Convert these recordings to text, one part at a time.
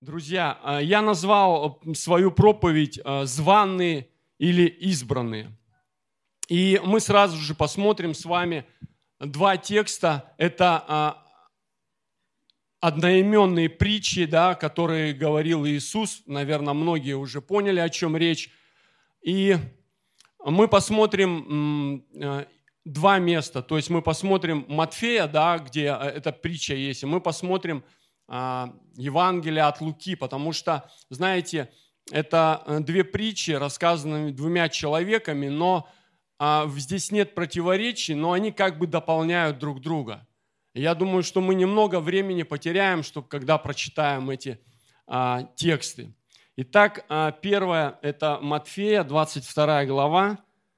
Друзья, я назвал свою проповедь «Званые или избранные». И мы сразу же посмотрим с вами два текста. Это одноименные притчи, да, которые говорил Иисус. Наверное, многие уже поняли, о чем речь. И мы посмотрим два места. То есть мы посмотрим Матфея, да, где эта притча есть, и мы посмотрим Евангелие от Луки, потому что, знаете, это две притчи, рассказанные двумя человеками, но здесь нет противоречий, но они как бы дополняют друг друга. Я думаю, что мы немного времени потеряем, чтобы когда прочитаем эти тексты. Итак, первое – это Матфея, 22 глава,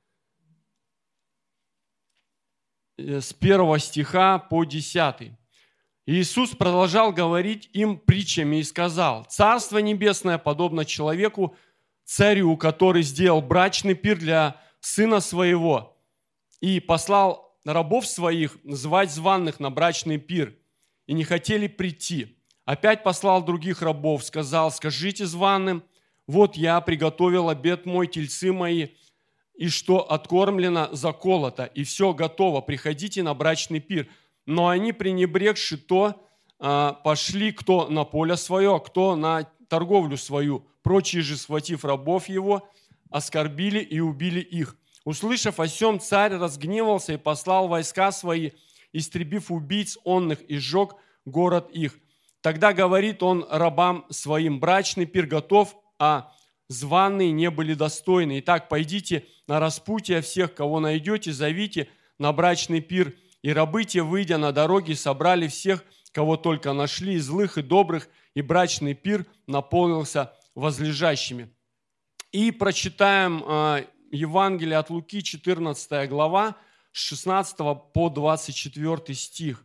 с 1 стиха по 10. Иисус продолжал говорить им притчами и сказал: «Царство небесное подобно человеку, царю, который сделал брачный пир для сына своего и послал рабов своих звать званых на брачный пир, и не хотели прийти. Опять послал других рабов, сказал: скажите званым, вот я приготовил обед мой, тельцы мои, и что откормлено, заколото, и все готово, приходите на брачный пир». Но они, пренебрегши то, пошли кто на поле свое, кто на торговлю свою. Прочие же, схватив рабов его, оскорбили и убили их. Услышав о сем, царь разгневался и послал войска свои, истребив убийц онных, и сжег город их. Тогда говорит он рабам своим: брачный пир готов, а званые не были достойны. Итак, пойдите на распутье всех, кого найдете, зовите на брачный пир. И рабы те, выйдя на дороги, собрали всех, кого только нашли, и злых, и добрых, и брачный пир наполнился возлежащими. И прочитаем Евангелие от Луки, 14 глава, с 16 по 24 стих.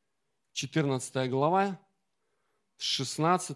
14 глава, с 16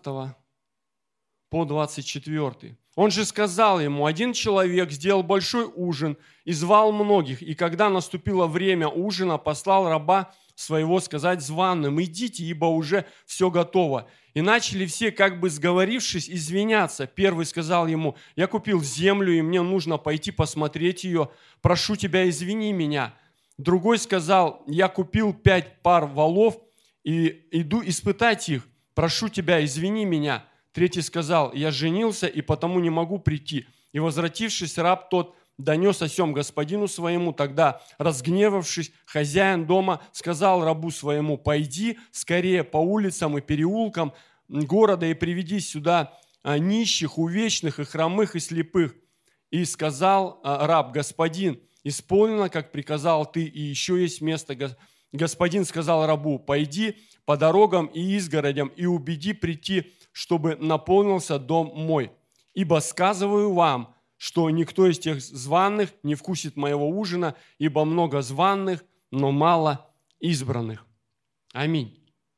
по 24. Он же сказал ему: один человек сделал большой ужин и звал многих, и когда наступило время ужина, послал раба своего сказать званым: идите, ибо уже все готово. И начали все, как бы сговорившись, извиняться. Первый сказал ему: я купил землю, и мне нужно пойти посмотреть ее, прошу тебя, извини меня. Другой сказал: я купил 5 пар волов, и иду испытать их, прошу тебя, извини меня. Третий сказал: я женился, и потому не могу прийти. И, возвратившись, раб тот донес о сем господину своему. Тогда, разгневавшись, хозяин дома сказал рабу своему: пойди скорее по улицам и переулкам города и приведи сюда нищих, увечных, и хромых, и слепых. И сказал раб: господин, исполнено, как приказал ты, и еще есть место. Господин сказал рабу: пойди по дорогам и изгородям и убеди прийти, чтобы наполнился дом мой. Ибо сказываю вам, что никто из тех званых не вкусит моего ужина, ибо много званых, но мало избранных». Аминь.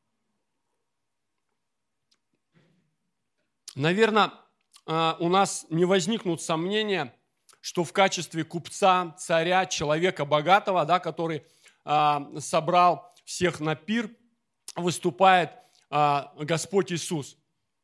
Наверное, у нас не возникнут сомнения, что в качестве купца, царя, человека богатого, да, который собрал всех на пир, выступает Господь Иисус.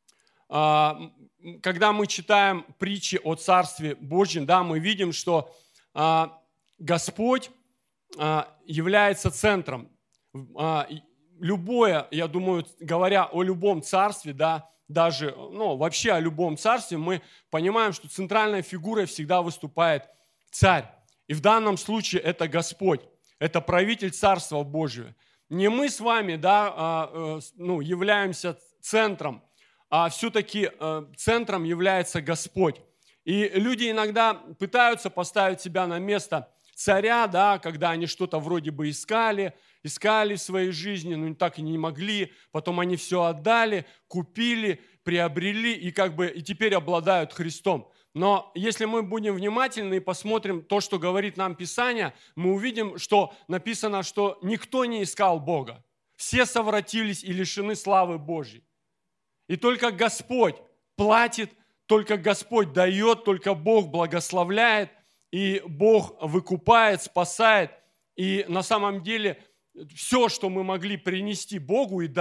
Когда мы читаем притчи о Царстве Божьем, да, мы видим, что Господь является центром. Любое, я думаю, говоря о любом царстве, да, даже, вообще о любом царстве, мы понимаем, что центральной фигурой всегда выступает царь. И в данном случае это Господь, это правитель Царства Божьего. Не мы с вами, да, являемся центром, а все-таки центром является Господь. И люди иногда пытаются поставить себя на место царя, да, когда они что-то вроде бы искали в своей жизни, но так и не могли, потом они все отдали, купили, приобрели и теперь обладают Христом. Но если мы будем внимательны и посмотрим то, что говорит нам Писание, мы увидим, что написано, что никто не искал Бога. Все совратились и лишены славы Божьей. И только Господь платит, только Господь дает, только Бог благословляет, и Бог выкупает, спасает. И на самом деле все, что мы могли принести Богу и дать,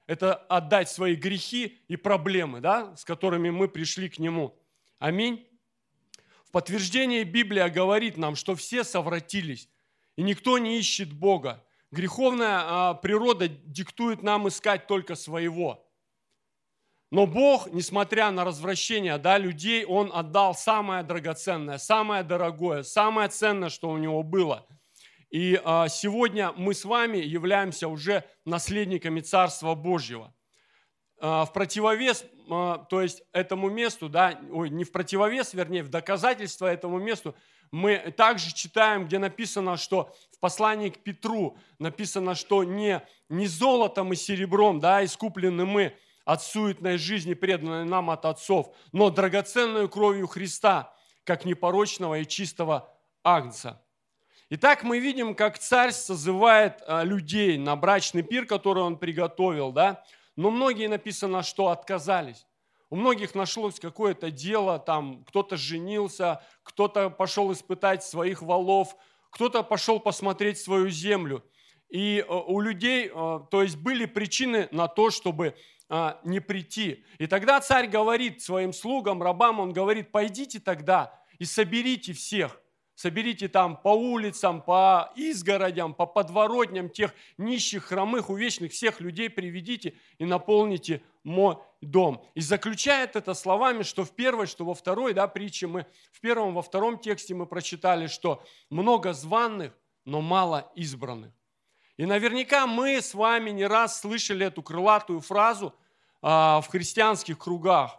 это отдать свои грехи и проблемы, да, с которыми мы пришли к Нему. Аминь. В подтверждение Библия говорит нам, что все совратились, и никто не ищет Бога. Греховная природа диктует нам искать только своего. Но Бог, несмотря на развращение, да, людей, Он отдал самое драгоценное, самое дорогое, самое ценное, что у Него было. И сегодня мы с вами являемся уже наследниками Царства Божьего. В противовес, то есть этому месту, да, не в противовес, вернее, в доказательство этому месту, мы также читаем, где написано, что в послании к Петру написано, что не золотом и серебром, да, искуплены мы от суетной жизни, преданной нам от отцов, но драгоценной кровью Христа, как непорочного и чистого агнца. Итак, мы видим, как царь созывает людей на брачный пир, который он приготовил, да, но многие написано, что отказались. У многих нашлось какое-то дело, там кто-то женился, кто-то пошел испытать своих волов, кто-то пошел посмотреть свою землю. И у людей, то есть были причины на то, чтобы не прийти. И тогда царь говорит своим слугам, рабам, он говорит: пойдите тогда и соберите всех. Соберите там по улицам, по изгородям, по подворотням тех нищих, хромых, увечных, всех людей приведите и наполните мой дом. И заключает это словами, что в первой, что во второй, да, притче мы в первом, во втором тексте мы прочитали, что много званых, но мало избранных. И наверняка мы с вами не раз слышали эту крылатую фразу в христианских кругах.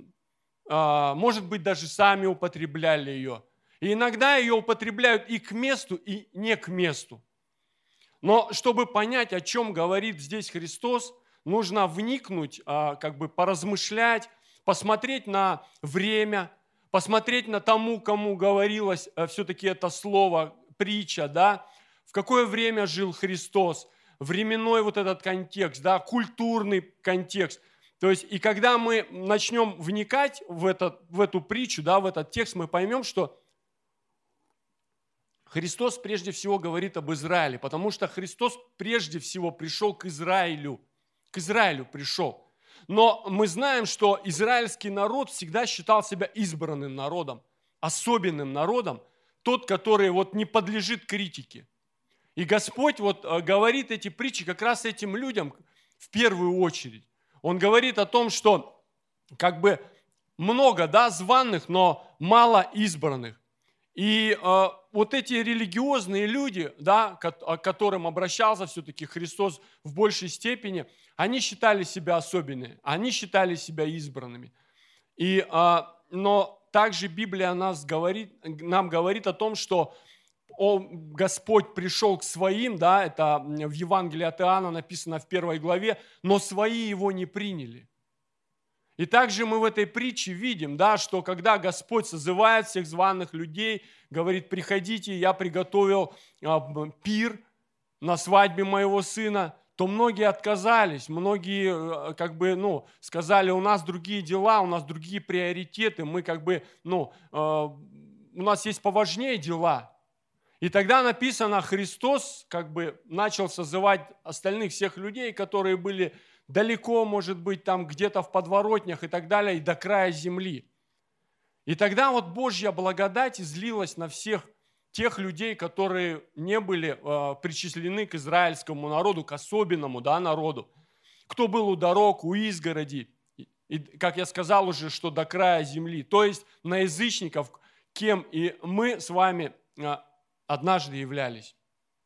Может быть, даже сами употребляли ее. И иногда ее употребляют и к месту, и не к месту. Но чтобы понять, о чем говорит здесь Христос, нужно вникнуть, как бы поразмышлять, посмотреть на время, посмотреть на тому, кому говорилось все-таки это слово, притча, да, в какое время жил Христос, временной вот этот контекст, да, культурный контекст. То есть, и когда мы начнем вникать в эту притчу, да, в этот текст, мы поймем, что Христос прежде всего говорит об Израиле, потому что Христос прежде всего пришел к Израилю пришел. Но мы знаем, что израильский народ всегда считал себя избранным народом, особенным народом, тот, который вот не подлежит критике. И Господь вот говорит эти притчи как раз этим людям в первую очередь. Он говорит о том, что как бы много, да, званых, но мало избранных. И вот эти религиозные люди, да, к которым обращался все-таки Христос в большей степени, они считали себя особенными, они считали себя избранными. Но также Библия нам говорит о том, что Господь пришел к своим, да, это в Евангелии от Иоанна написано в 1 главе, но свои его не приняли. И также мы в этой притче видим, да, что когда Господь созывает всех званых людей, говорит: приходите, я приготовил пир на свадьбе моего сына, то многие отказались, многие как бы, сказали: у нас другие дела, у нас другие приоритеты, мы как бы, у нас есть поважнее дела. И тогда написано, Христос как бы начал созывать остальных всех людей, которые были далеко, может быть, там где-то в подворотнях и так далее, и до края земли. И тогда вот Божья благодать излилась на всех тех людей, которые не были причислены к израильскому народу, к особенному, да, народу. Кто был у дорог, у изгороди, и, как я сказал уже, что до края земли. То есть на язычников, кем и мы с вами однажды являлись.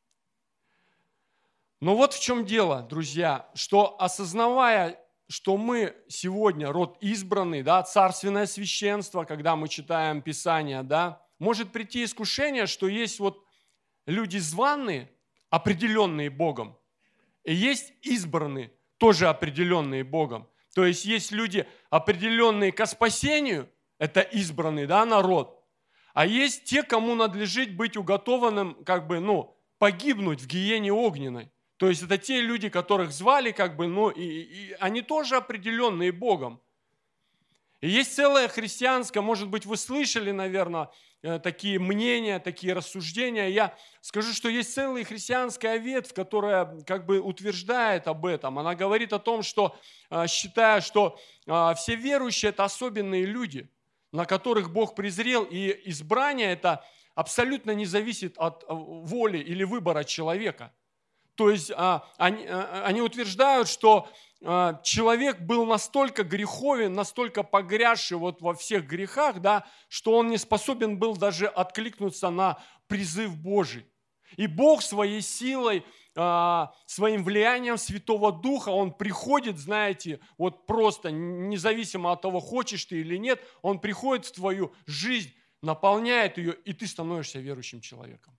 Но вот в чем дело, друзья, что осознавая, что мы сегодня род избранный, да, царственное священство, когда мы читаем Писание, да, может прийти искушение, что есть вот люди званые, определенные Богом, и есть избранные, тоже определенные Богом. То есть есть люди, определенные ко спасению, это избранный, да, народ, а есть те, кому надлежит быть уготованным, как бы, погибнуть в гиене огненной. То есть это те люди, которых звали, как бы, и они тоже определенные Богом. И есть целое христианское, может быть, вы слышали, наверное, такие мнения, такие рассуждения. Я скажу, что есть целая христианская ветвь, которая как бы утверждает об этом. Она говорит о том, что считая, что все верующие – это особенные люди, на которых Бог презрел, и избрание это абсолютно не зависит от воли или выбора человека. То есть они утверждают, что человек был настолько греховен, настолько погрязший вот во всех грехах, да, что он не способен был даже откликнуться на призыв Божий. И Бог своей силой, своим влиянием Святого Духа, Он приходит, знаете, вот просто независимо от того, хочешь ты или нет, Он приходит в твою жизнь, наполняет ее, и ты становишься верующим человеком.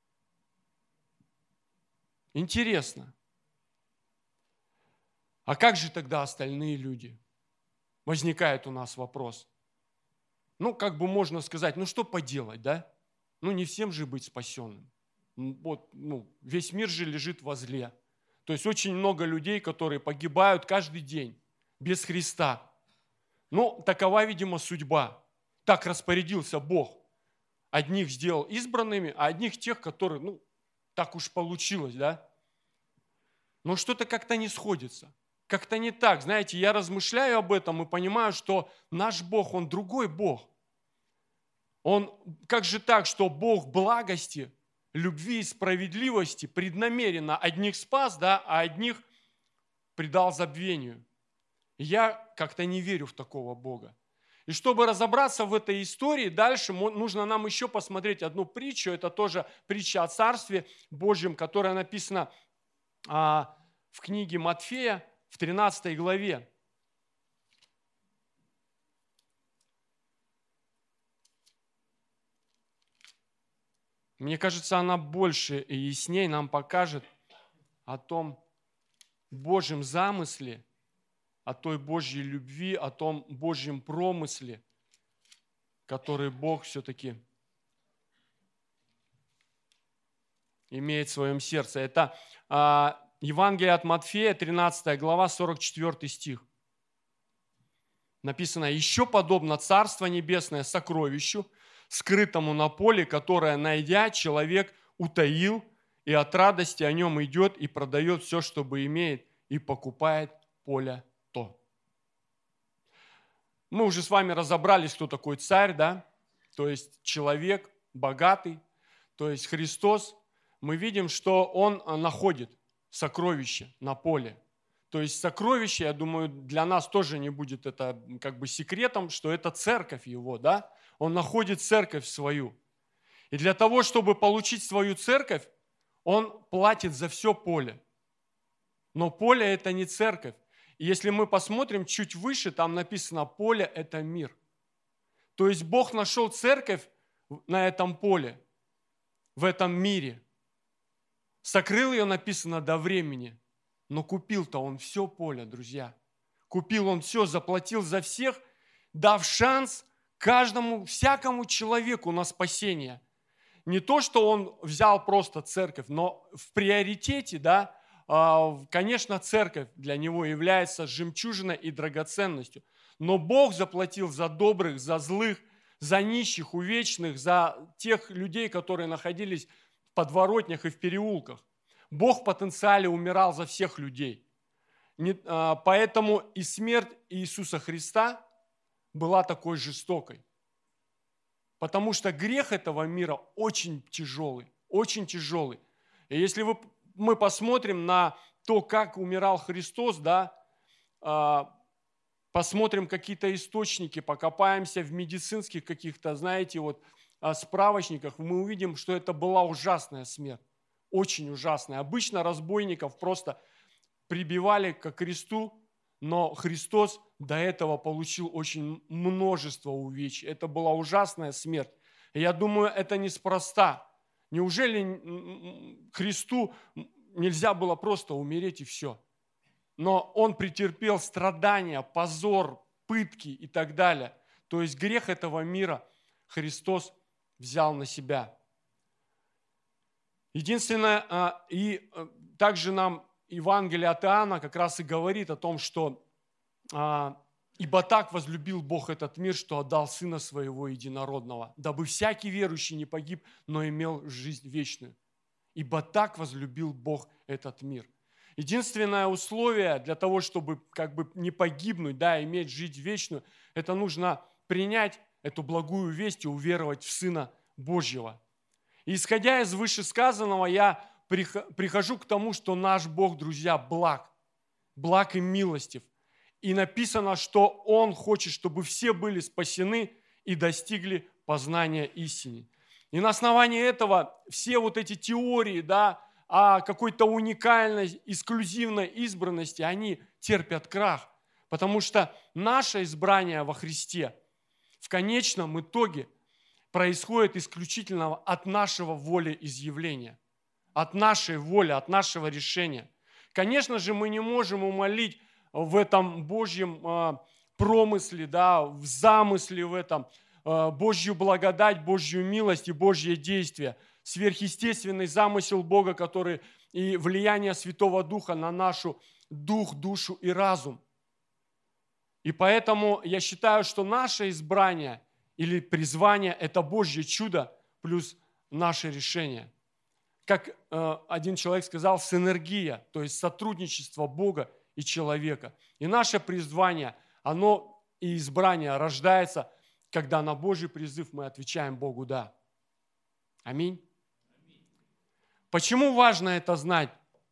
Интересно. А как же тогда остальные люди? Возникает у нас вопрос. Как бы можно сказать, что поделать, да? Не всем же быть спасенным. Вот, весь мир же лежит возле. То есть очень много людей, которые погибают каждый день без Христа. Такова, видимо, судьба. Так распорядился Бог. Одних сделал избранными, а одних тех, которые, так уж получилось, да? Но что-то как-то не сходится. Как-то не так. Знаете, я размышляю об этом и понимаю, что наш Бог, Он другой Бог. Как же так, что Бог благости, любви и справедливости преднамеренно одних спас, да, а одних предал забвению. Я как-то не верю в такого Бога. И чтобы разобраться в этой истории, дальше нужно нам еще посмотреть одну притчу. Это тоже притча о Царстве Божьем, которая написана в книге Матфея в 13 главе. Мне кажется, она больше и яснее нам покажет о том Божьем замысле, о той Божьей любви, о том Божьем промысле, который Бог все-таки имеет в своем сердце. Это Евангелие от Матфея, 13 глава, 44 стих. Написано: «Еще подобно Царство Небесное сокровищу, скрытому на поле, которое, найдя, человек утаил, и от радости о нем идет и продает все, что имеет, и покупает поле то». Мы уже с вами разобрались, кто такой царь, да? То есть человек богатый, то есть Христос. Мы видим, что Он находит сокровище на поле. То есть сокровище, я думаю, для нас тоже не будет это как бы секретом, что это церковь Его, да? Он находит церковь свою. И для того, чтобы получить свою церковь, Он платит за все поле. Но поле – это не церковь. И если мы посмотрим чуть выше, там написано: поле – это мир. То есть Бог нашел церковь на этом поле, в этом мире. Сокрыл ее, написано, до времени. Но купил-то Он все поле, друзья. Купил Он все, заплатил за всех, дав шанс каждому, всякому человеку на спасение. Не то, что Он взял просто церковь, но в приоритете, да, конечно, церковь для Него является жемчужиной и драгоценностью. Но Бог заплатил за добрых, за злых, за нищих, увечных, за тех людей, которые находились в подворотнях и в переулках. Бог в потенциале умирал за всех людей. Поэтому и смерть Иисуса Христа была такой жестокой. Потому что грех этого мира очень тяжелый, очень тяжелый. И если мы посмотрим на то, как умирал Христос, да, посмотрим какие-то источники, покопаемся в медицинских каких-то, знаете, справочниках, мы увидим, что это была ужасная смерть. Очень ужасная. Обычно разбойников просто прибивали ко кресту, но Христос до этого получил очень множество увечий. Это была ужасная смерть. И я думаю, это неспроста. Неужели Христу нельзя было просто умереть и все? Но Он претерпел страдания, позор, пытки и так далее. То есть грех этого мира Христос взял на себя. Единственное, и также нам Евангелие от Иоанна как раз и говорит о том, что Ибо так возлюбил Бог этот мир, что отдал Сына Своего Единородного, дабы всякий верующий не погиб, но имел жизнь вечную. Ибо так возлюбил Бог этот мир. Единственное условие для того, чтобы не погибнуть, иметь жизнь вечную, это нужно принять эту благую весть и уверовать в Сына Божьего. И исходя из вышесказанного, я прихожу к тому, что наш Бог, друзья, благ и милостив. И написано, что Он хочет, чтобы все были спасены и достигли познания истины. И на основании этого все вот эти теории, о какой-то уникальной, эксклюзивной избранности, они терпят крах. Потому что наше избрание во Христе в конечном итоге происходит исключительно от нашего волеизъявления, от нашей воли, от нашего решения. Конечно же, мы не можем умолить в этом Божьем промысле, в замысле в этом, Божью благодать, Божью милость и Божье действие, сверхъестественный замысел Бога, который и влияние Святого Духа на нашу дух, душу и разум. И поэтому я считаю, что наше избрание или призвание – это Божье чудо плюс наше решение. Как один человек сказал, синергия, то есть сотрудничество Бога и человека. И наше призвание, оно и избрание рождается, когда на Божий призыв мы отвечаем Богу «да». Аминь. Почему важно это знать?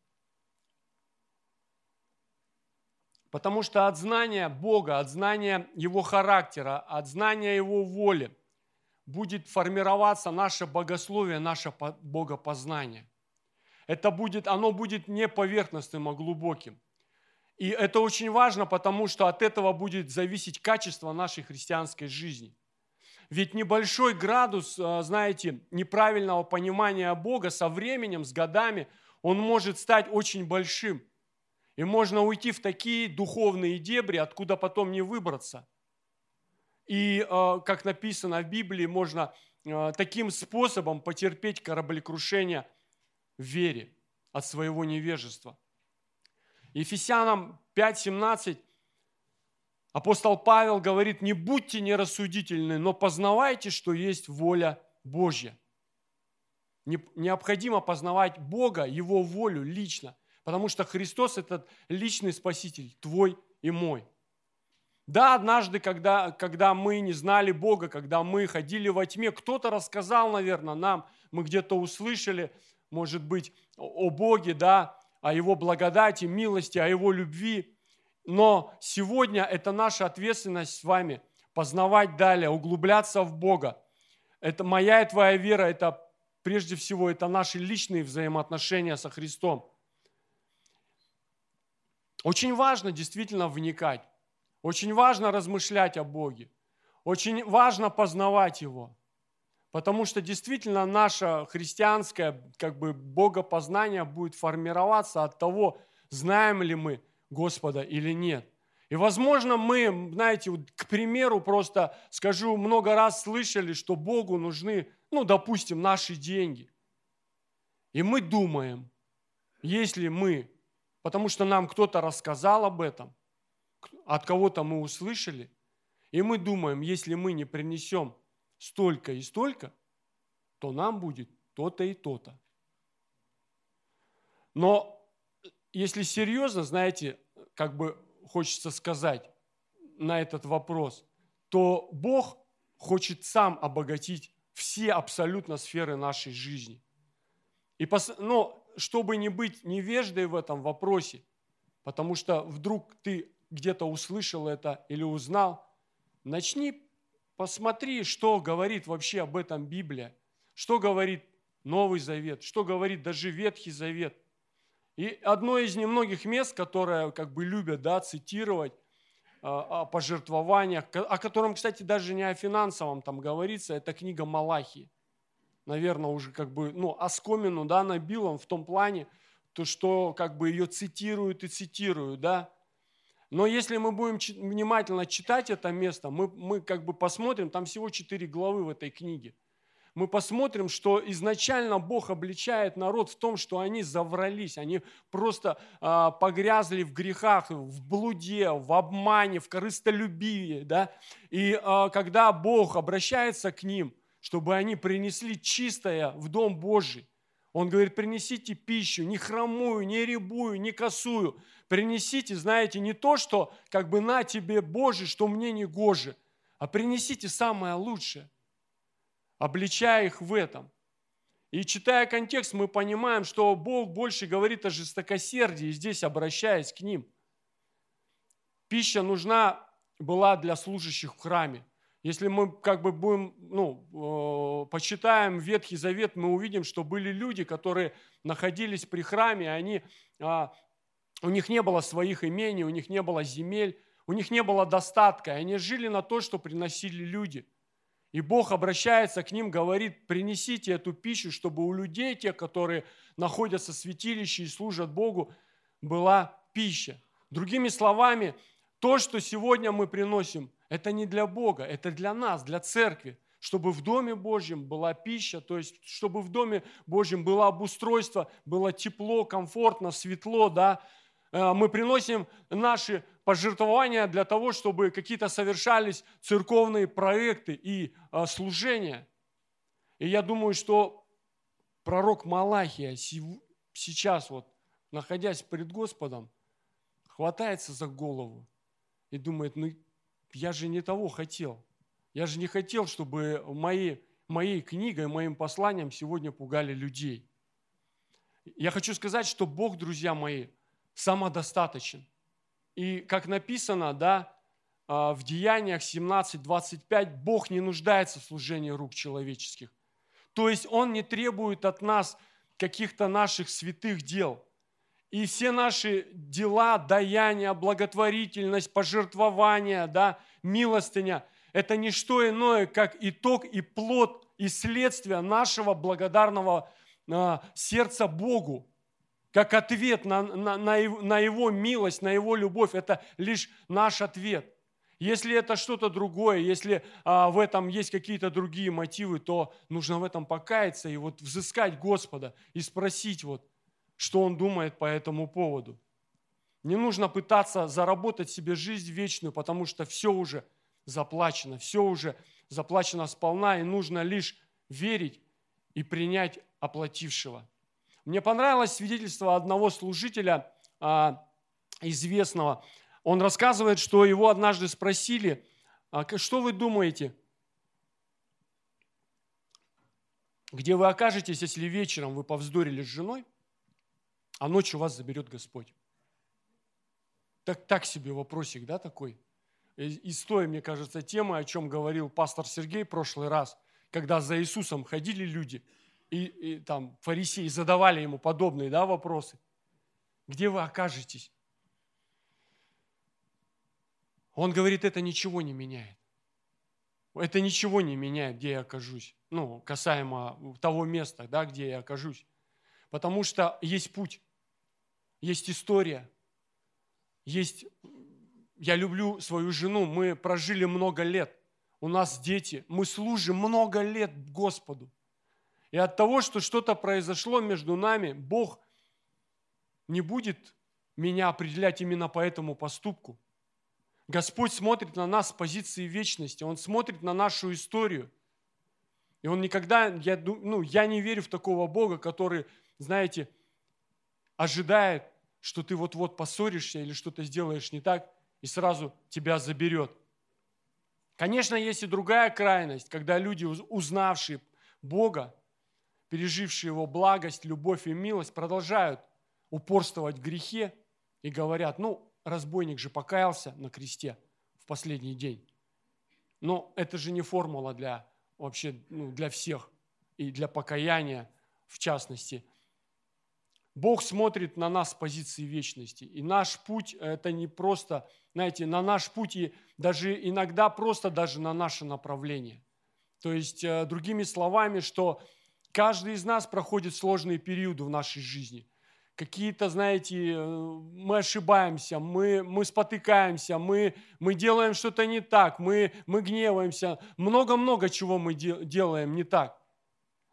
Потому что от знания Бога, от знания Его характера, от знания Его воли будет формироваться наше богословие, наше богопознание. Оно будет не поверхностным, а глубоким. И это очень важно, потому что от этого будет зависеть качество нашей христианской жизни. Ведь небольшой градус, знаете, неправильного понимания Бога со временем, с годами, он может стать очень большим. И можно уйти в такие духовные дебри, откуда потом не выбраться. И, как написано в Библии, можно таким способом потерпеть кораблекрушение в вере от своего невежества. Ефесянам 5:17 апостол Павел говорит: не будьте нерассудительны, но познавайте, что есть воля Божья. Необходимо познавать Бога, Его волю лично, потому что Христос – это личный Спаситель, твой и мой. Да, однажды, когда мы не знали Бога, когда мы ходили во тьме, кто-то рассказал, наверное, нам, мы где-то услышали, может быть, о Боге, о Его благодати, милости, о Его любви. Но сегодня это наша ответственность с вами познавать далее, углубляться в Бога. Это моя и твоя вера, это прежде всего это наши личные взаимоотношения со Христом. Очень важно действительно вникать. Очень важно размышлять о Боге. Очень важно познавать Его. Потому что действительно наше христианское богопознание будет формироваться от того, знаем ли мы Господа или нет. И возможно мы, знаете, к примеру, просто скажу, много раз слышали, что Богу нужны, допустим, наши деньги. И мы думаем, если мы, потому что нам кто-то рассказал об этом, от кого-то мы услышали, и мы думаем, если мы не принесем столько и столько, то нам будет то-то и то-то. Но если серьезно, знаете, хочется сказать на этот вопрос, то Бог хочет сам обогатить все абсолютно сферы нашей жизни. И чтобы не быть невеждой в этом вопросе, потому что вдруг ты где-то услышал это или узнал, посмотри, что говорит вообще об этом Библия, что говорит Новый Завет, что говорит даже Ветхий Завет. И одно из немногих мест, которое любят цитировать о пожертвованиях, о котором, кстати, даже не о финансовом там говорится, это книга Малахии. Наверное, уже оскомину набил он в том плане, то, что ее цитируют и цитируют, Но если мы будем внимательно читать это место, мы посмотрим, там всего 4 главы в этой книге. мы посмотрим, что изначально Бог обличает народ в том, что они заврались, они просто погрязли в грехах, в блуде, в обмане, в корыстолюбии. Да? И когда Бог обращается к ним, чтобы они принесли чистое в Дом Божий, Он говорит: принесите пищу, не хромую, не рябую, не косую. Принесите, знаете, не то, что как бы на тебе, Боже, что мне не гоже, а принесите самое лучшее, обличая их в этом. И читая контекст, мы понимаем, что Бог больше говорит о жестокосердии, здесь обращаясь к ним. Пища нужна была для служащих в храме. Если мы как бы будем, почитаем Ветхий Завет, мы увидим, что были люди, которые находились при храме, у них не было своих имений, у них не было земель, у них не было достатка, и они жили на то, что приносили люди. И Бог обращается к ним, говорит: принесите эту пищу, чтобы у людей, тех, которые находятся в святилище и служат Богу, была пища. Другими словами, то, что сегодня мы приносим, это не для Бога, это для нас, для церкви, чтобы в Доме Божьем была пища, то есть чтобы в Доме Божьем было обустройство, было тепло, комфортно, светло, да. Мы приносим наши пожертвования для того, чтобы какие-то совершались церковные проекты и служения. И я думаю, что пророк Малахия сейчас, находясь пред Господом, хватается за голову и думает: я же не того хотел. Я же не хотел, чтобы моей книгой, моим посланием сегодня пугали людей. Я хочу сказать, что Бог, друзья мои, самодостаточен. И как написано, да, в Деяниях 17:25, Бог не нуждается в служении рук человеческих. То есть Он не требует от нас каких-то наших святых дел. И все наши дела, даяния, благотворительность, пожертвования, да, милостыня – это не что иное, как итог и плод и следствие нашего благодарного сердца Богу, как ответ на Его милость, на Его любовь. Это лишь наш ответ. Если это что-то другое, если в этом есть какие-то другие мотивы, то нужно в этом покаяться и взыскать Господа и спросить, что Он думает по этому поводу. Не нужно пытаться заработать себе жизнь вечную, потому что все уже заплачено сполна, и нужно лишь верить и принять оплатившего. Мне понравилось свидетельство одного служителя известного. Он рассказывает, что его однажды спросили: что вы думаете, где вы окажетесь, если вечером вы повздорили с женой, а ночью вас заберет Господь? Так себе вопросик, да, такой? Из той, мне кажется, темы, о чем говорил пастор Сергей в прошлый раз, когда за Иисусом ходили люди, и там фарисеи задавали ему подобные, да, вопросы. Где вы окажетесь? Он говорит: это ничего не меняет. Это ничего не меняет, где я окажусь. Касаемо того места, да, где я окажусь. Потому что есть путь, есть история, есть... Я люблю свою жену, мы прожили много лет, у нас дети, мы служим много лет Господу. И от того, что что-то произошло между нами, Бог не будет меня определять именно по этому поступку. Господь смотрит на нас с позиции вечности, Он смотрит на нашу историю. И Он никогда, я не верю в такого Бога, который, знаете, ожидает, что ты вот-вот поссоришься или что-то сделаешь не так, и сразу тебя заберет. Конечно, есть и другая крайность, когда люди, узнавшие Бога, пережившие Его благость, любовь и милость, продолжают упорствовать в грехе и говорят: разбойник же покаялся на кресте в последний день. Но это же не формула для всех и для покаяния в частности. Бог смотрит на нас с позиции вечности. И наш путь – это не просто, знаете, на наш путь и даже иногда просто даже на наше направление. То есть, другими словами, что каждый из нас проходит сложные периоды в нашей жизни. Какие-то, знаете, мы ошибаемся, мы спотыкаемся, мы делаем что-то не так, мы гневаемся. Много-много чего мы делаем не так.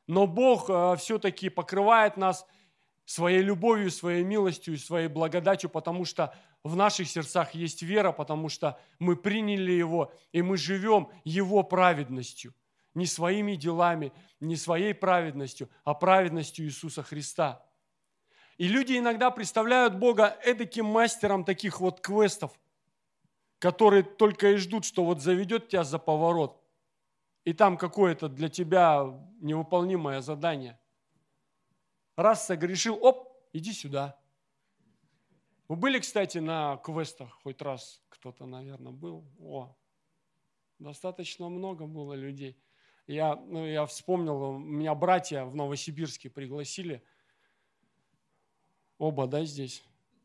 Но Бог все-таки покрывает нас своей любовью, своей милостью и своей благодатью, потому что в наших сердцах есть вера, потому что мы приняли Его, и мы живем Его праведностью. Не своими делами, не своей праведностью, а праведностью Иисуса Христа. И люди иногда представляют Бога эдаким мастером таких вот квестов, которые только и ждут, что вот заведет тебя за поворот, и там какое-то для тебя невыполнимое задание. Раз согрешил, оп, иди сюда. Вы были, кстати, на квестах хоть раз? Кто-то, наверное, был? Достаточно много было людей. Я вспомнил, меня братья в Новосибирске пригласили. Оба, да, здесь?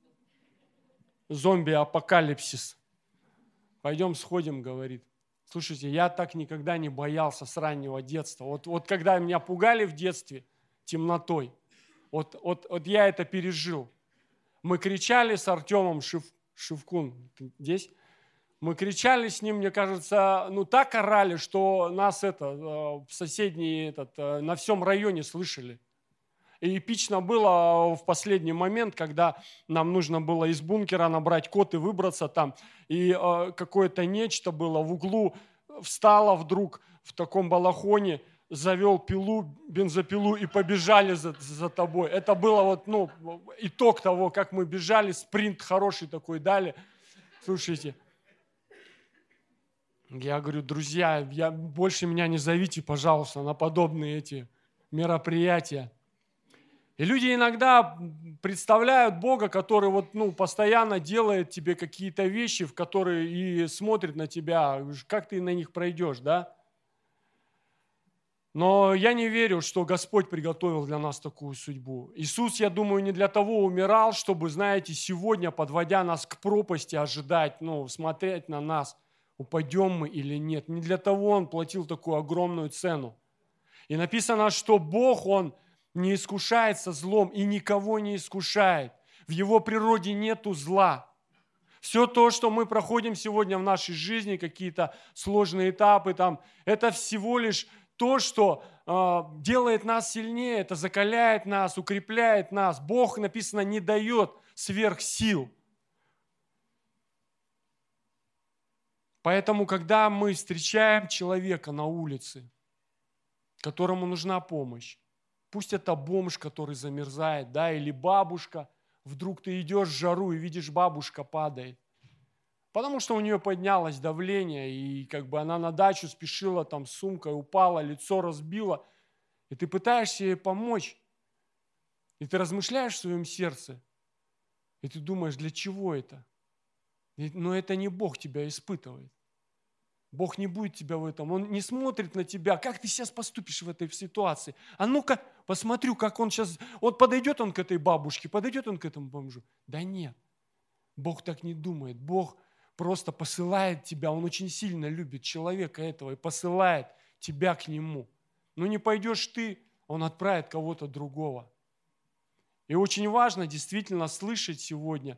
Зомби-апокалипсис. Пойдем сходим, говорит. Слушайте, я так никогда не боялся с раннего детства. Вот когда меня пугали в детстве темнотой, вот я это пережил. Мы кричали с Артемом Шевкун, здесь. Мы кричали с ним, мне кажется, так орали, что нас в соседний, на всем районе слышали. И эпично было в последний момент, когда нам нужно было из бункера набрать код и выбраться там. И какое-то нечто было в углу, встало вдруг в таком балахоне, завел пилу, бензопилу и побежали за тобой. Это было итог того, как мы бежали, спринт хороший такой дали. Слушайте, я говорю, друзья, больше меня не зовите, пожалуйста, на подобные эти мероприятия. И люди иногда представляют Бога, который постоянно делает тебе какие-то вещи, в которые и смотрит на тебя, как ты на них пройдешь, да? Но я не верю, что Господь приготовил для нас такую судьбу. Иисус, я думаю, не для того умирал, чтобы, знаете, сегодня, подводя нас к пропасти, ожидать, смотреть на нас, упадем мы или нет. Не для того Он платил такую огромную цену. И написано, что Бог, Он не искушается злом и никого не искушает. В Его природе нету зла. Все то, что мы проходим сегодня в нашей жизни, какие-то сложные этапы, это всего лишь то, что делает нас сильнее, это закаляет нас, укрепляет нас. Бог, написано, не дает сверхсил. Поэтому, когда мы встречаем человека на улице, которому нужна помощь, пусть это бомж, который замерзает, да, или бабушка, вдруг ты идешь в жару и видишь, бабушка падает. Потому что у нее поднялось давление, и она на дачу спешила, с сумкой упала, лицо разбила, и ты пытаешься ей помочь, и ты размышляешь в своем сердце, и ты думаешь, для чего это? Но это не Бог тебя испытывает. Бог не будет тебя в этом, Он не смотрит на тебя, как ты сейчас поступишь в этой ситуации. А ну-ка, посмотрю, как он сейчас, подойдет он к этой бабушке, подойдет он к этому бомжу. Да нет, Бог так не думает, Бог просто посылает тебя, Он очень сильно любит человека этого и посылает тебя к Нему. Не пойдешь ты, Он отправит кого-то другого. И очень важно действительно слышать сегодня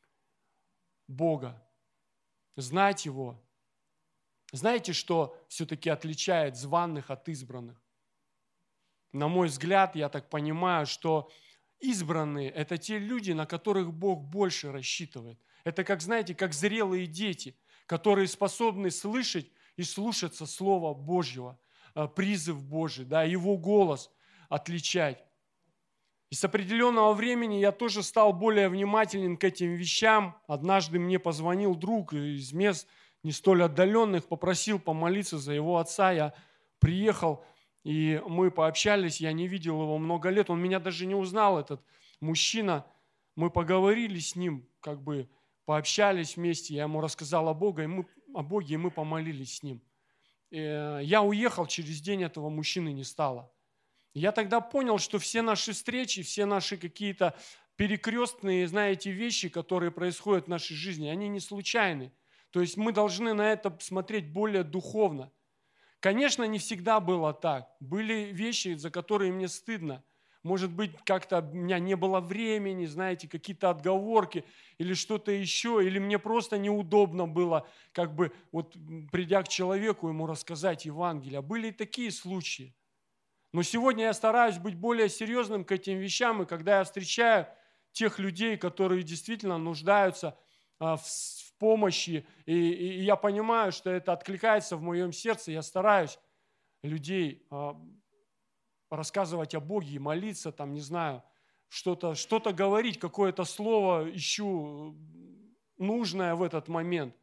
Бога, знать Его. Знаете, что все-таки отличает званых от избранных? На мой взгляд, я так понимаю, что избранные – это те люди, на которых Бог больше рассчитывает. Это как зрелые дети, которые способны слышать и слушаться Слова Божьего, призыв Божий, да, Его голос отличать. И с определенного времени я тоже стал более внимателен к этим вещам. Однажды мне позвонил друг из мест не столь отдаленных, попросил помолиться за его отца. Я приехал, и мы пообщались, я не видел его много лет. Он меня даже не узнал, этот мужчина. Мы поговорили с ним, пообщались вместе. Я ему рассказал о Боге, и мы помолились с ним. Я уехал, через день этого мужчины не стало. Я тогда понял, что все наши встречи, все наши какие-то перекрестные, вещи, которые происходят в нашей жизни, они не случайны. То есть мы должны на это смотреть более духовно. Конечно, не всегда было так. Были вещи, за которые мне стыдно. Может быть, как-то у меня не было времени, какие-то отговорки или что-то еще, или мне просто неудобно было, придя к человеку, ему рассказать Евангелие. Были и такие случаи. Но сегодня я стараюсь быть более серьезным к этим вещам, и когда я встречаю тех людей, которые действительно нуждаются в помощи, и я понимаю, что это откликается в моем сердце, я стараюсь людей рассказывать о Боге и молиться, там, не знаю, что-то говорить, какое-то слово ищу нужное в этот момент.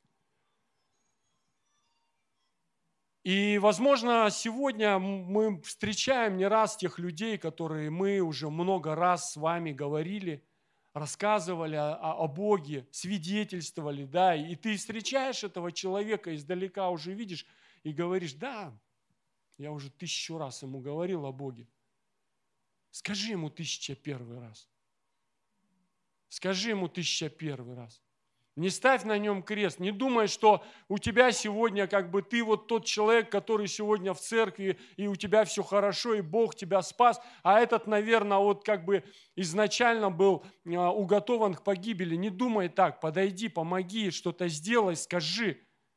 И, возможно, сегодня мы встречаем не раз тех людей, которые мы уже много раз с вами говорили, рассказывали о Боге, свидетельствовали, да, и ты встречаешь этого человека издалека, уже видишь и говоришь: да, я уже 1000 раз ему говорил о Боге. Скажи ему 1001 раз. Скажи ему 1001 раз. Не ставь на нем крест. Не думай, что у тебя сегодня как бы ты вот тот человек, который сегодня в церкви, и у тебя все хорошо, и Бог тебя спас, а этот, наверное, вот как бы изначально был уготован к погибели. Не думай так. Подойди, помоги, что-то сделай, скажи.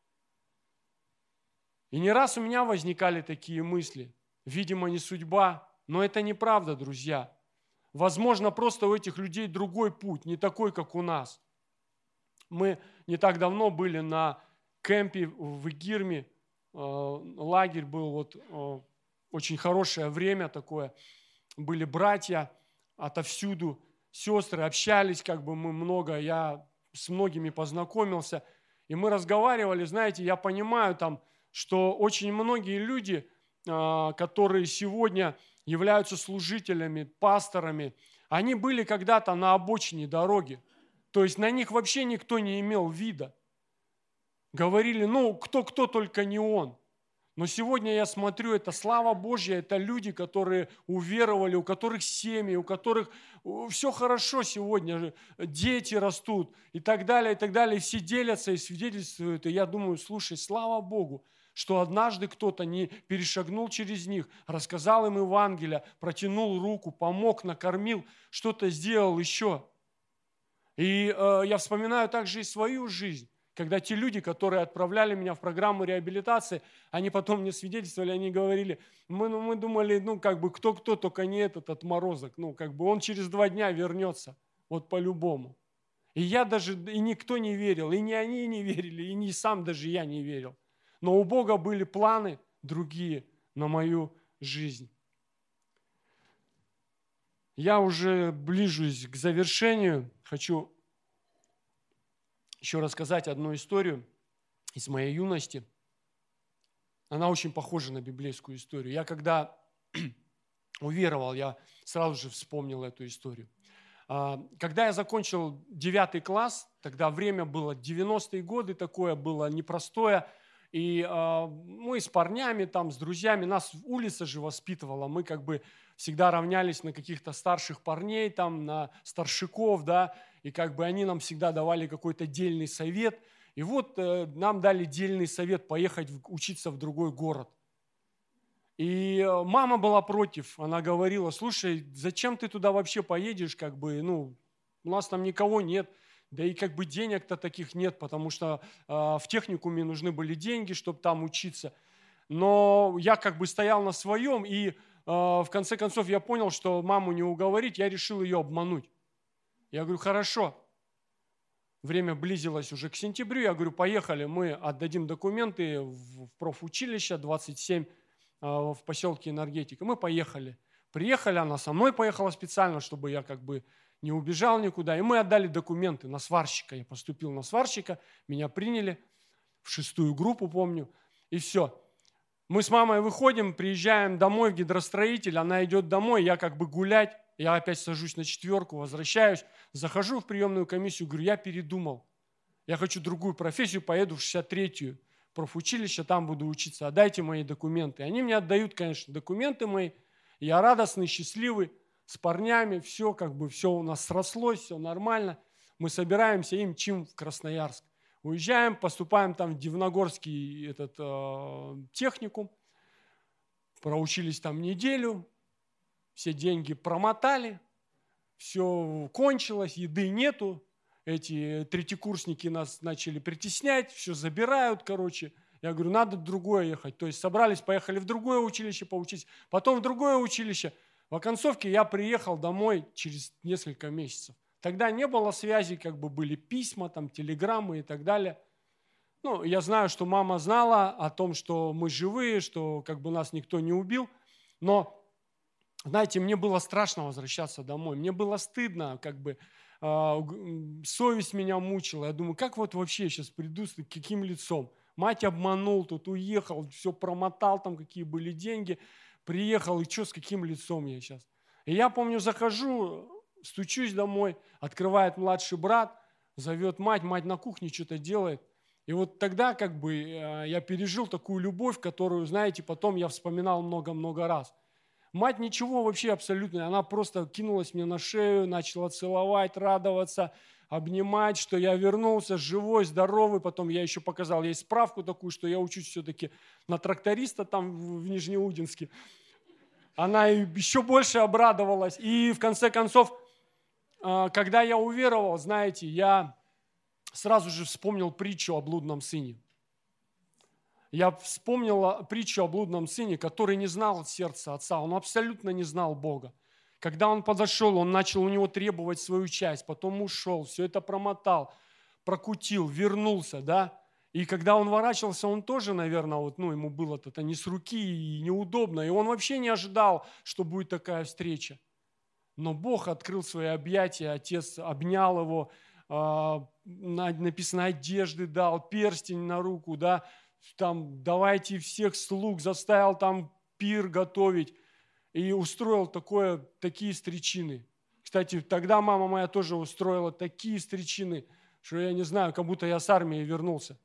И не раз у меня возникали такие мысли. Видимо, не судьба, но это неправда, друзья. Возможно, просто у этих людей другой путь, не такой, как у нас. Мы не так давно были на кемпе в Игирме, лагерь был, вот очень хорошее время такое, были братья отовсюду, сестры, общались как бы мы много, я с многими познакомился, и мы разговаривали, знаете, я понимаю там, что очень многие люди, которые сегодня являются служителями, пасторами, они были когда-то на обочине дороги. То есть на них вообще никто не имел вида. Говорили, ну, кто только не он. Но сегодня я смотрю, это слава Божья, это люди, которые уверовали, у которых семьи, у которых все хорошо сегодня, дети растут и так далее, и так далее. И все делятся и свидетельствуют. И я думаю, слушай, слава Богу, что однажды кто-то не перешагнул через них, рассказал им Евангелие, протянул руку, помог, накормил, что-то сделал еще. И я вспоминаю также и свою жизнь, когда те люди, которые отправляли меня в программу реабилитации, они потом мне свидетельствовали, они говорили, мы думали, ну, как бы кто, только не этот отморозок, ну, как бы он через 2 дня вернется, вот по-любому. И я даже, и никто не верил, и не они не верили, и не сам даже я не верил. Но у Бога были планы другие на мою жизнь. Я уже ближусь к завершению. Хочу еще рассказать одну историю из моей юности. Она очень похожа на библейскую историю. Я когда уверовал, я сразу же вспомнил эту историю. Когда я закончил 9 класс, тогда время было 90-е годы, такое было непростое. И мы с парнями, там, с друзьями, нас улица же воспитывала, мы как бы всегда равнялись на каких-то старших парней, там, на старшиков, да, и как бы они нам всегда давали какой-то дельный совет. И вот нам дали дельный совет поехать учиться в другой город. И мама была против, она говорила, слушай, зачем ты туда вообще поедешь, как бы, ну, у нас там никого нет. Да и как бы денег-то таких нет, потому что в техникуме нужны были деньги, чтобы там учиться. Но я как бы стоял на своем, и в конце концов я понял, что маму не уговорить, я решил ее обмануть. Я говорю, хорошо. Время близилось уже к сентябрю, я говорю, поехали, мы отдадим документы в профучилище 27 в поселке Энергетика. Мы поехали. Приехали, она со мной поехала специально, чтобы я как бы не убежал никуда. И мы отдали документы на сварщика. Я поступил на сварщика, меня приняли в 6-ю группу, помню. И все. Мы с мамой выходим, приезжаем домой в гидростроитель, она идет домой, я как бы гулять, я опять сажусь на 4, возвращаюсь, захожу в приемную комиссию, говорю, я передумал. Я хочу другую профессию, поеду в 63-ю профучилище, там буду учиться, отдайте мои документы. Они мне отдают, конечно, документы мои, я радостный, счастливый, с парнями, все как бы, все у нас срослось, все нормально. Мы собираемся и мчим в Красноярск. Уезжаем, поступаем там в Дивногорский техникум, проучились там неделю, все деньги промотали, все кончилось, еды нету, эти третьекурсники нас начали притеснять, все забирают, короче. Я говорю, надо в другое ехать. То есть собрались, поехали в другое училище поучиться, потом в другое училище. В оконцовке я приехал домой через несколько месяцев. Тогда не было связи, как бы были письма, там, телеграммы и так далее. Ну, я знаю, что мама знала о том, что мы живые, что как бы нас никто не убил. Но, знаете, мне было страшно возвращаться домой. Мне было стыдно, как бы совесть меня мучила. Я думаю, как вот вообще я сейчас приду с каким лицом? Мать обманул, тут уехал, все промотал, там какие были деньги. Приехал, и что, с каким лицом я сейчас? И я помню, захожу, стучусь домой, открывает младший брат, зовет мать, мать на кухне что-то делает. И вот тогда как бы я пережил такую любовь, которую, знаете, потом я вспоминал много-много раз. Мать ничего вообще абсолютно, она просто кинулась мне на шею, начала целовать, радоваться, обнимать, что я вернулся живой, здоровый. Потом я еще показал ей справку такую, что я учусь все-таки на тракториста там в Нижнеудинске. Она еще больше обрадовалась. И в конце концов, когда я уверовал, знаете, я сразу же вспомнил притчу о блудном сыне. Я вспомнил притчу о блудном сыне, который не знал сердца отца, он абсолютно не знал Бога. Когда он подошел, он начал у него требовать свою часть, потом ушел, все это промотал, прокутил, вернулся, да. И когда он ворачивался, он тоже, наверное, вот, ну, ему было это не с руки и неудобно, и он вообще не ожидал, что будет такая встреча. Но Бог открыл свои объятия, отец обнял его, написано, одежды дал, перстень на руку, да, там давайте всех слуг, заставил там пир готовить и устроил такие встречины. Кстати, тогда мама моя тоже устроила такие встречины, что я не знаю, как будто я с армии вернулся.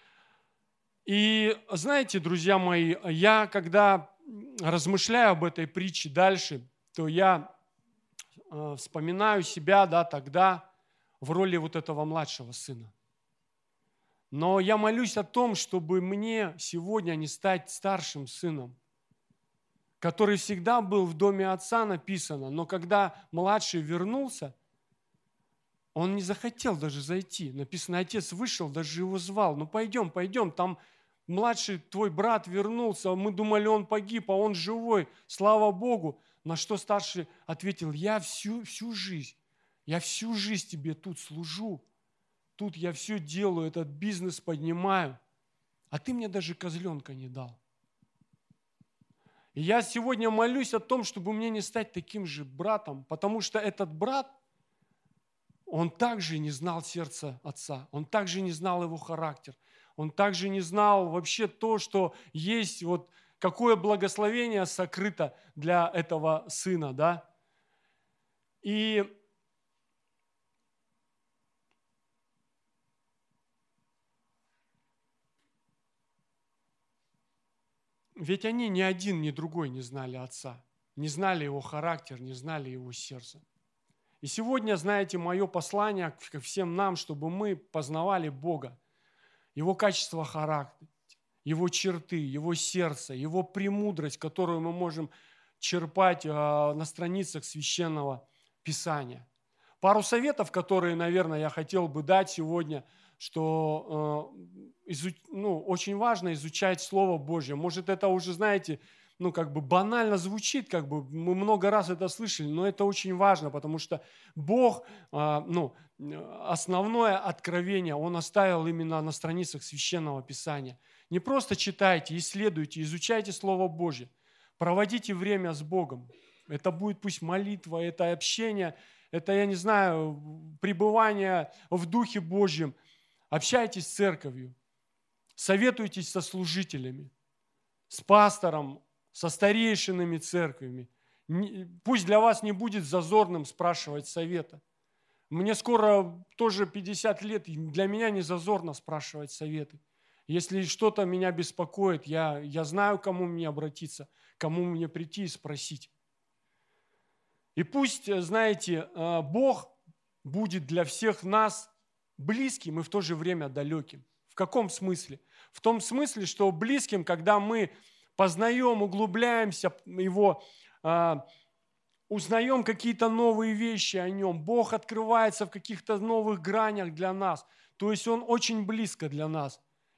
И знаете, друзья мои, я когда размышляю об этой притче дальше, то я вспоминаю себя, да, тогда в роли вот этого младшего сына. Но я молюсь о том, чтобы мне сегодня не стать старшим сыном, который всегда был в доме отца, написано, но когда младший вернулся, он не захотел даже зайти. Написано, отец вышел, даже его звал. Ну пойдем, пойдем, там младший твой брат вернулся, мы думали, он погиб, а он живой, слава Богу. На что старший ответил, я всю жизнь тебе тут служу, тут я все делаю, этот бизнес поднимаю, а ты мне даже козленка не дал. И я сегодня молюсь о том, чтобы мне не стать таким же братом, потому что этот брат, он также не знал сердца отца, он также не знал его характер, он также не знал вообще то, что есть, вот какое благословение сокрыто для этого сына, да. И ведь они ни один, ни другой не знали отца, не знали его характер, не знали его сердце. И сегодня, знаете, мое послание ко всем нам, чтобы мы познавали Бога, Его качество характера, Его черты, Его сердце, Его премудрость, которую мы можем черпать на страницах Священного Писания. Пару советов, которые, наверное, я хотел бы дать сегодня, что очень важно изучать Слово Божье. Может, это уже, знаете, как бы банально звучит, как бы мы много раз это слышали, но это очень важно, потому что Бог, основное откровение Он оставил именно на страницах Священного Писания. Не просто читайте, исследуйте, изучайте Слово Божье, проводите время с Богом. Это будет пусть молитва, это общение, это, я не знаю, пребывание в Духе Божьем. Общайтесь с церковью, советуйтесь со служителями, с пастором, со старейшинами церквями. Пусть для вас не будет зазорным спрашивать совета. Мне скоро тоже 50 лет, для меня не зазорно спрашивать советы. Если что-то меня беспокоит, я знаю, к кому мне обратиться, кому мне прийти и спросить. И пусть, знаете, Бог будет для всех нас близким и в то же время далеким. В каком смысле? В том смысле, что близким, когда мы познаем, углубляемся в Его, узнаем какие-то новые вещи о Нем. Бог открывается в каких-то новых гранях для нас. То есть Он очень близко для нас.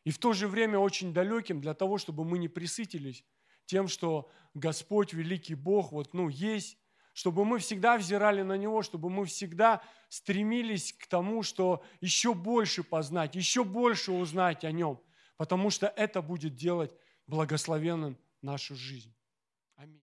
И в то же время очень далеким для того, чтобы мы не пресытились тем, что Господь, великий Бог, есть, чтобы мы всегда взирали на Него, чтобы мы всегда стремились к тому, что еще больше познать, еще больше узнать о Нем, потому что это будет делать благословенным нашу жизнь. Аминь.